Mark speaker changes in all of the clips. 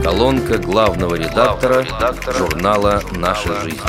Speaker 1: Колонка главного редактора журнала «Наша жизнь».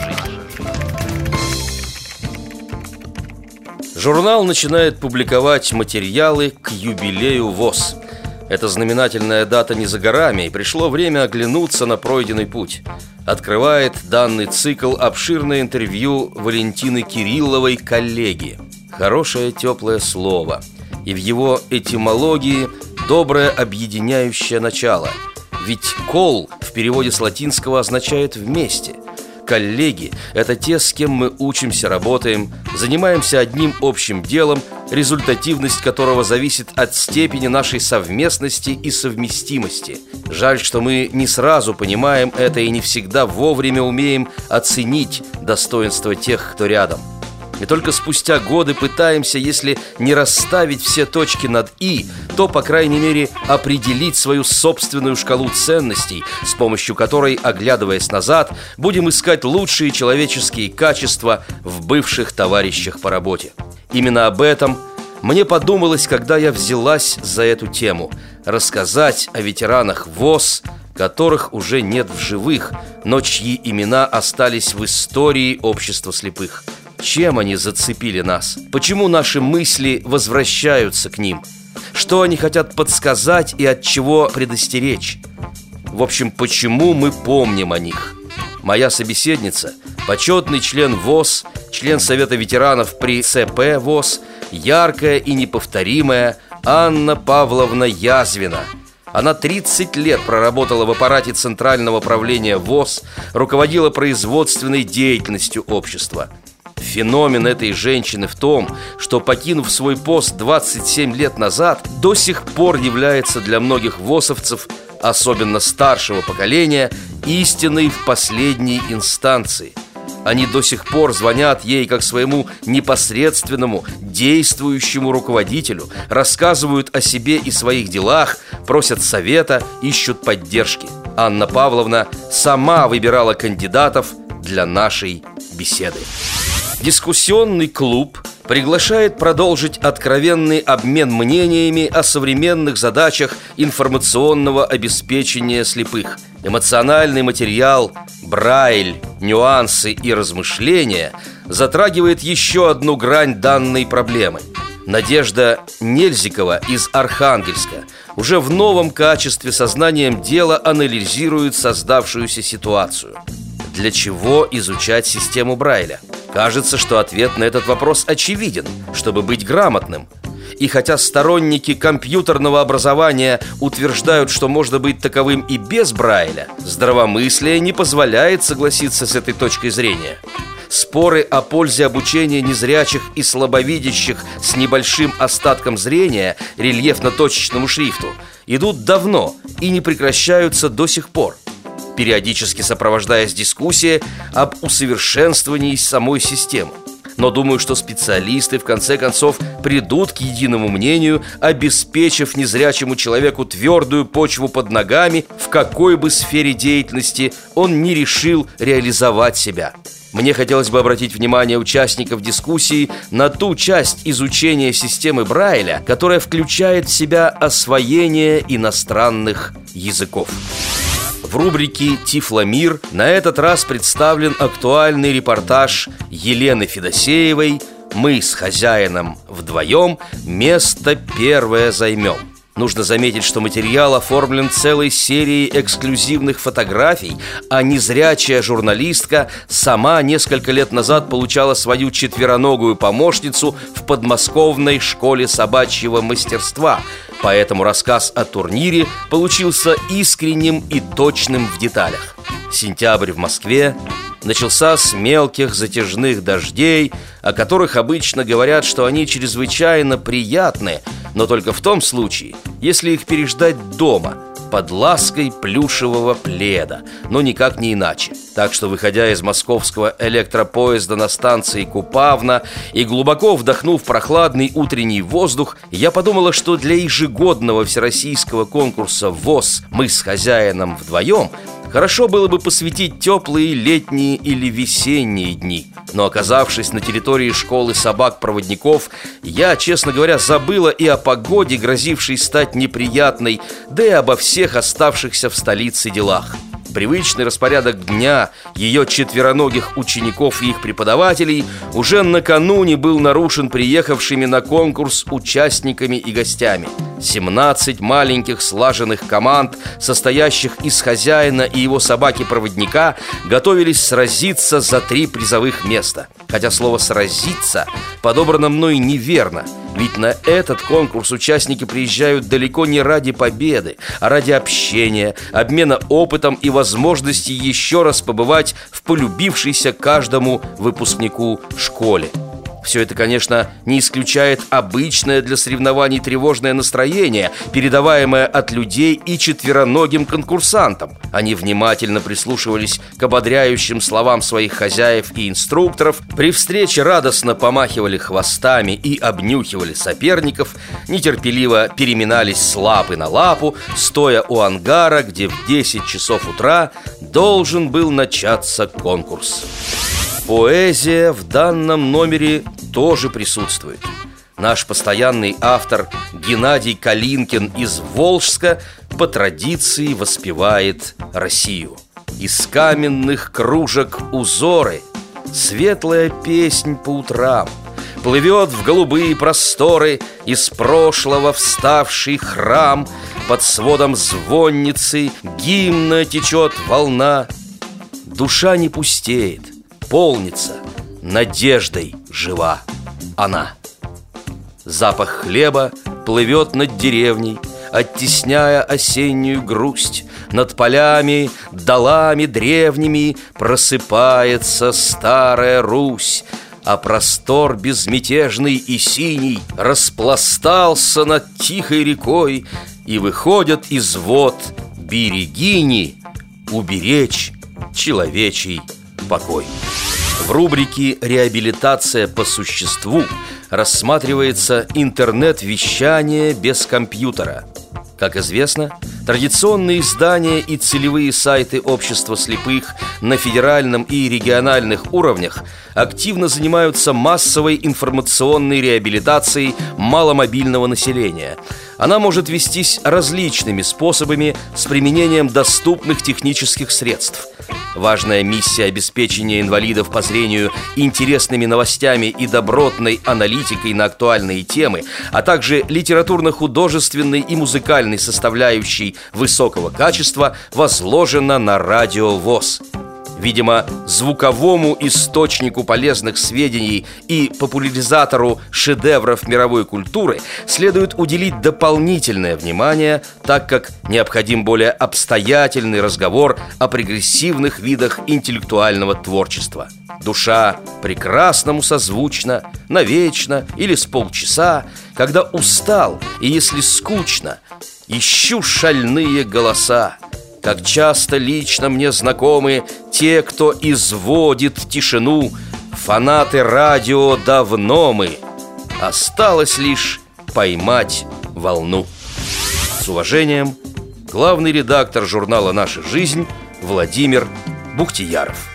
Speaker 1: Журнал начинает публиковать материалы к юбилею ВОС. Эта знаменательная дата не за горами, и пришло время оглянуться на пройденный путь. Открывает данный цикл обширное интервью Валентины Кирилловой «Коллеги». Хорошее теплое слово, и в его этимологии доброе объединяющее начало. Ведь «кол» в переводе с латинского означает «вместе». Коллеги – это те, с кем мы учимся, работаем, занимаемся одним общим делом, результативность которого зависит от степени нашей совместности и совместимости. Жаль, что мы не сразу понимаем это и не всегда вовремя умеем оценить достоинство тех, кто рядом. И только спустя годы пытаемся, если не расставить все точки над «и», то, по крайней мере, определить свою собственную шкалу ценностей, с помощью которой, оглядываясь назад, будем искать лучшие человеческие качества в бывших товарищах по работе. Именно об этом мне подумалось, когда я взялась за эту тему – рассказать о ветеранах ВОС, которых уже нет в живых, но чьи имена остались в истории общества слепых. Чем они зацепили нас? Почему наши мысли возвращаются к ним? Что они хотят подсказать и от чего предостеречь? В общем, почему мы помним о них? Моя собеседница – почетный член ВОС, член Совета ветеранов при ЦП ВОС, яркая и неповторимая Анна Павловна Язвина. Она 30 лет проработала в аппарате Центрального правления ВОС, руководила производственной деятельностью общества. Феномен этой женщины в том, что, покинув свой пост 27 лет назад, до сих пор является для многих ВОСовцев, особенно старшего поколения, истиной в последней инстанции. Они до сих пор звонят ей как своему непосредственному, действующему руководителю, рассказывают о себе и своих делах, просят совета, ищут поддержки. Анна Павловна сама выбирала кандидатов для нашей беседы. Дискуссионный клуб приглашает продолжить откровенный обмен мнениями о современных задачах информационного обеспечения слепых. Эмоциональный материал «Брайль. Нюансы и размышления» затрагивает еще одну грань данной проблемы. Надежда Нельзикова из Архангельска уже в новом качестве сознанием дела анализирует создавшуюся ситуацию. Для чего изучать систему Брайля? Кажется, что ответ на этот вопрос очевиден, чтобы быть грамотным. И хотя сторонники компьютерного образования утверждают, что можно быть таковым и без Брайля, здравомыслие не позволяет согласиться с этой точкой зрения. Споры о пользе обучения незрячих и слабовидящих с небольшим остатком зрения рельефно-точечному шрифту идут давно и не прекращаются до сих пор, периодически сопровождаясь дискуссией об усовершенствовании самой системы. Но думаю, что специалисты в конце концов придут к единому мнению, обеспечив незрячему человеку твердую почву под ногами, в какой бы сфере деятельности он ни решил реализовать себя. Мне хотелось бы обратить внимание участников дискуссии на ту часть изучения системы Брайля, которая включает в себя освоение иностранных языков. В рубрике «Тифломир» на этот раз представлен актуальный репортаж Елены Федосеевой «Мы с хозяином вдвоем место первое займем». Нужно заметить, что материал оформлен целой серией эксклюзивных фотографий, а незрячая журналистка сама несколько лет назад получала свою четвероногую помощницу в подмосковной школе собачьего мастерства. Поэтому рассказ о турнире получился искренним и точным в деталях. Сентябрь в Москве начался с мелких затяжных дождей, о которых обычно говорят, что они чрезвычайно приятны, но только в том случае, если их переждать дома, под лаской плюшевого пледа, но никак не иначе. Так что, выходя из московского электропоезда на станции Купавна и глубоко вдохнув прохладный утренний воздух, я подумала, что для ежегодного всероссийского конкурса ВОС «Мы с хозяином вдвоем» Хорошо было бы посвятить теплые летние или весенние дни, но, оказавшись на территории школы собак-проводников, я, честно говоря, забыла и о погоде, грозившей стать неприятной, да и обо всех оставшихся в столице делах. Привычный распорядок дня ее четвероногих учеников и их преподавателей уже накануне был нарушен приехавшими на конкурс участниками и гостями. 17 маленьких слаженных команд, состоящих из хозяина и его собаки-проводника, готовились сразиться за 3 призовых места. Хотя слово «сразиться» подобрано мной неверно, ведь на этот конкурс участники приезжают далеко не ради победы, а ради общения, обмена опытом и возможности еще раз побывать в полюбившейся каждому выпускнику школе. Все это, конечно, не исключает обычное для соревнований тревожное настроение, передаваемое от людей и четвероногим конкурсантам. Они внимательно прислушивались к ободряющим словам своих хозяев и инструкторов, при встрече радостно помахивали хвостами и обнюхивали соперников, нетерпеливо переминались с лапы на лапу, стоя у ангара, где в 10 часов утра должен был начаться конкурс. Поэзия в данном номере тоже присутствует. Наш постоянный автор Геннадий Калинкин из Волжска по традиции воспевает Россию. Из каменных кружек узоры, светлая песнь по утрам, плывет в голубые просторы из прошлого вставший храм, под сводом звонницы гимна течет волна. Душа не пустеет, полнится, надеждой жива она. Запах хлеба плывет над деревней, оттесняя осеннюю грусть. Над полями, долами древними просыпается старая Русь, а простор безмятежный и синий распластался над тихой рекой, и выходят из вод берегини уберечь человечий покой. В рубрике «Реабилитация по существу» рассматривается интернет-вещание без компьютера. Как известно, традиционные издания и целевые сайты общества слепых на федеральном и региональных уровнях активно занимаются массовой информационной реабилитацией маломобильного населения. Она может вестись различными способами с применением доступных технических средств. Важная миссия обеспечения инвалидов по зрению интересными новостями и добротной аналитикой на актуальные темы, а также литературно-художественной и музыкальной составляющей высокого качества возложена на Радио ВОС. Видимо, звуковому источнику полезных сведений и популяризатору шедевров мировой культуры следует уделить дополнительное внимание, так как необходим более обстоятельный разговор о прогрессивных видах интеллектуального творчества. Душа прекрасному созвучна, навечно или с полчаса, когда устал и если скучно, ищу шальные голоса. Как часто лично мне знакомы те, кто изводит тишину. Фанаты радио давно мы. Осталось лишь поймать волну. С уважением, главный редактор журнала «Наша жизнь» Владимир Бухтияров.